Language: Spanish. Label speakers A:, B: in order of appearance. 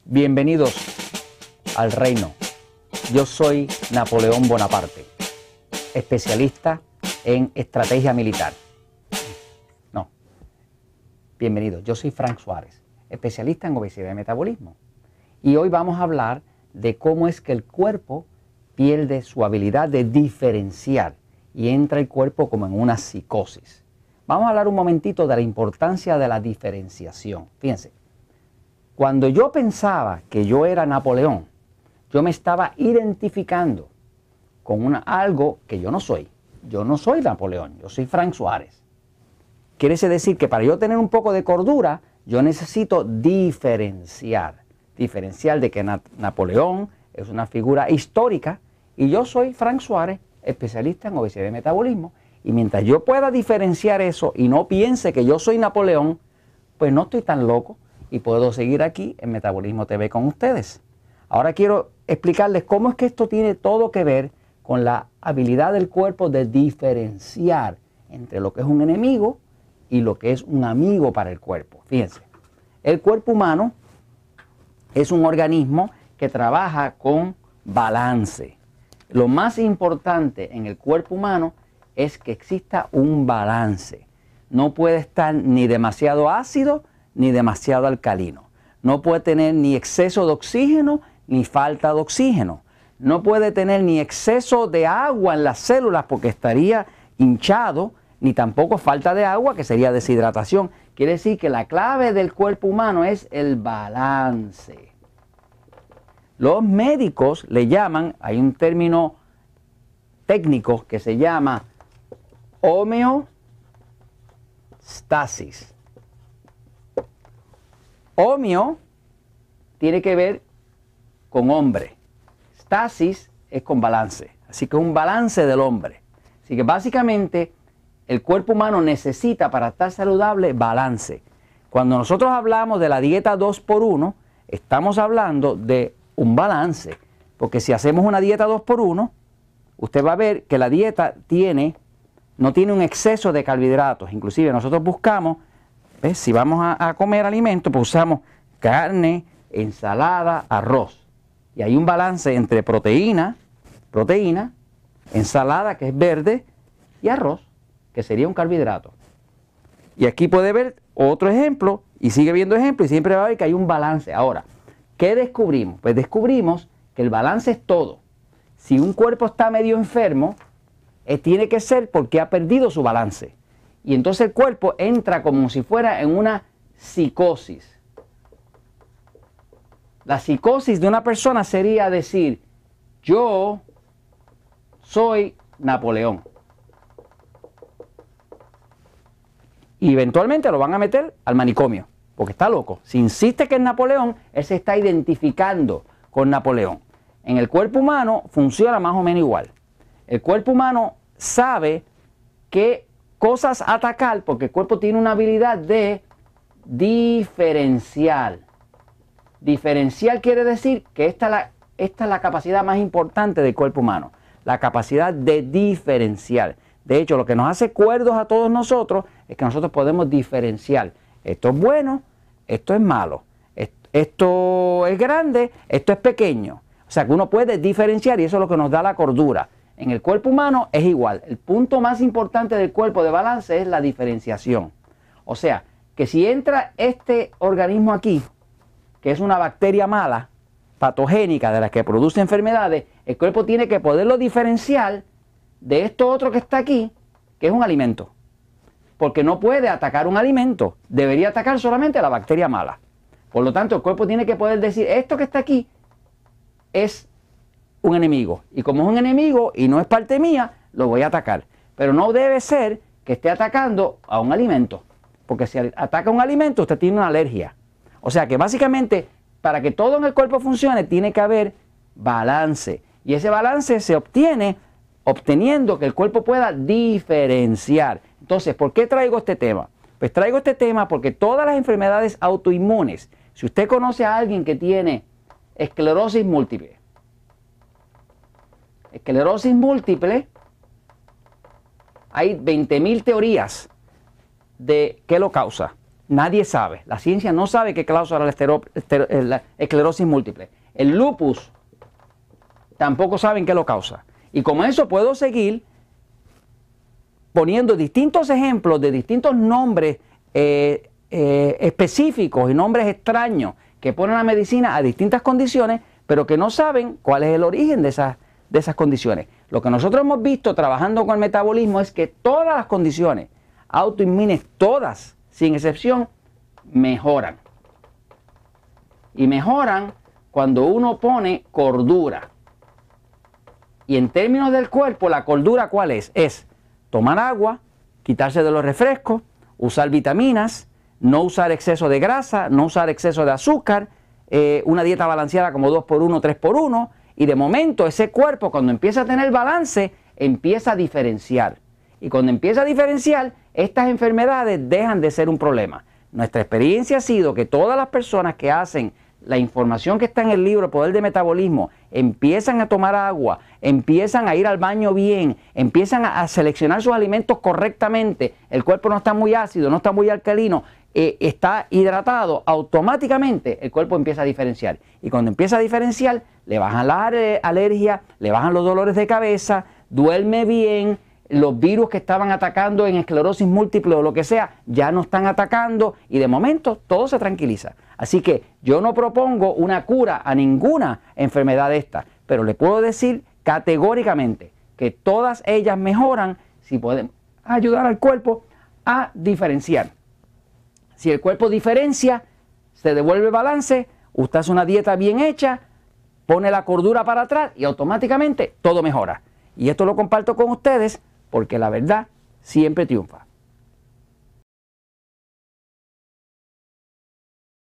A: Bienvenidos al reino. Yo soy Napoleón Bonaparte, especialista en estrategia militar. No, bienvenidos. Yo soy Frank Suárez, especialista en obesidad y metabolismo. Y hoy vamos a hablar de cómo es que el cuerpo pierde su habilidad de diferenciar y entra el cuerpo como en una psicosis. Vamos a hablar un momentito de la importancia de la diferenciación. Fíjense, cuando yo pensaba que yo era Napoleón, yo me estaba identificando con algo que yo no soy. Yo no soy Napoleón, yo soy Frank Suárez. Quiere decir que para yo tener un poco de cordura, yo necesito diferenciar. Diferenciar de que Napoleón es una figura histórica y yo soy Frank Suárez, especialista en obesidad y metabolismo. Y mientras yo pueda diferenciar eso y no piense que yo soy Napoleón, pues no estoy tan loco y puedo seguir aquí en Metabolismo TV con ustedes. Ahora quiero explicarles cómo es que esto tiene todo que ver con la habilidad del cuerpo de diferenciar entre lo que es un enemigo y lo que es un amigo para el cuerpo. Fíjense, el cuerpo humano es un organismo que trabaja con balance. Lo más importante en el cuerpo humano es que exista un balance. No puede estar ni demasiado ácido ni demasiado alcalino. No puede tener ni exceso de oxígeno ni falta de oxígeno. No puede tener ni exceso de agua en las células porque estaría hinchado, ni tampoco falta de agua que sería deshidratación. Quiere decir que la clave del cuerpo humano es el balance. Los médicos le llaman, hay un término técnico que se llama homeostasis. Homeo tiene que ver con hombre. Stasis es con balance. Así que es un balance del hombre. Así que básicamente el cuerpo humano necesita para estar saludable balance. Cuando nosotros hablamos de la dieta 2x1, estamos hablando de un balance. Porque si hacemos una dieta 2x1, usted va a ver que la dieta no tiene un exceso de carbohidratos. Inclusive nosotros buscamos, ¿ves? Si vamos a comer alimentos, pues usamos carne, ensalada, arroz. Y hay un balance entre proteína, ensalada que es verde y arroz, que sería un carbohidrato. Y aquí puede ver otro ejemplo y sigue viendo ejemplos y siempre va a ver que hay un balance. Ahora, ¿qué descubrimos? Pues descubrimos que el balance es todo. Si un cuerpo está medio enfermo, tiene que ser porque ha perdido su balance. Y entonces el cuerpo entra como si fuera en una psicosis. La psicosis de una persona sería decir, yo soy Napoleón. Y eventualmente lo van a meter al manicomio, porque está loco. Si insiste que es Napoleón, él se está identificando con Napoleón. En el cuerpo humano funciona más o menos igual. El cuerpo humano sabe qué cosas atacar porque el cuerpo tiene una habilidad de diferenciar. Diferenciar quiere decir que esta es la capacidad más importante del cuerpo humano. La capacidad de diferenciar. De hecho, lo que nos hace cuerdos a todos nosotros es que nosotros podemos diferenciar. Esto es bueno, esto es malo. Esto es grande, esto es pequeño. O sea que uno puede diferenciar y eso es lo que nos da la cordura. En el cuerpo humano es igual. El punto más importante del cuerpo de balance es la diferenciación. O sea, que si entra este organismo aquí, que es una bacteria mala, patogénica, de la que produce enfermedades, el cuerpo tiene que poderlo diferenciar de esto otro que está aquí, que es un alimento. Porque no puede atacar un alimento, debería atacar solamente a la bacteria mala. Por lo tanto, el cuerpo tiene que poder decir, esto que está aquí es un enemigo. Y como es un enemigo y no es parte mía, lo voy a atacar. Pero no debe ser que esté atacando a un alimento. Porque si ataca un alimento, usted tiene una alergia. O sea que básicamente, para que todo en el cuerpo funcione, tiene que haber balance. Y ese balance se obtiene obteniendo que el cuerpo pueda diferenciar. Entonces, ¿por qué traigo este tema? Pues traigo este tema porque todas las enfermedades autoinmunes, si usted conoce a alguien que tiene esclerosis múltiple, hay 20.000 teorías de qué lo causa. Nadie sabe. La ciencia no sabe qué causa la esclerosis múltiple. El lupus tampoco saben qué lo causa. Y con eso puedo seguir poniendo distintos ejemplos de distintos nombres específicos y nombres extraños que ponen la medicina a distintas condiciones, pero que no saben cuál es el origen de esas condiciones. Lo que nosotros hemos visto trabajando con el metabolismo es que todas las condiciones autoinmunes, todas, sin excepción, mejoran. Y mejoran cuando uno pone cordura. Y en términos del cuerpo, la cordura, ¿cuál es? Es tomar agua, quitarse de los refrescos, usar vitaminas, no usar exceso de grasa, no usar exceso de azúcar, una dieta balanceada como 2x1, 3x1, y de momento ese cuerpo, cuando empieza a tener balance, empieza a diferenciar. Y cuando empieza a diferenciar, estas enfermedades dejan de ser un problema. Nuestra experiencia ha sido que todas las personas que hacen la información que está en el libro Poder de Metabolismo, empiezan a tomar agua, empiezan a ir al baño bien, empiezan a seleccionar sus alimentos correctamente, el cuerpo no está muy ácido, no está muy alcalino, está hidratado, automáticamente el cuerpo empieza a diferenciar. Y cuando empieza a diferenciar, le bajan las alergias, le bajan los dolores de cabeza, duerme bien, los virus que estaban atacando en esclerosis múltiple o lo que sea, ya no están atacando y de momento todo se tranquiliza. Así que yo no propongo una cura a ninguna enfermedad de esta, pero le puedo decir categóricamente que todas ellas mejoran si podemos ayudar al cuerpo a diferenciar. Si el cuerpo diferencia, se devuelve balance, usted hace una dieta bien hecha, pone la cordura para atrás y automáticamente todo mejora. Y esto lo comparto con ustedes porque la verdad siempre triunfa.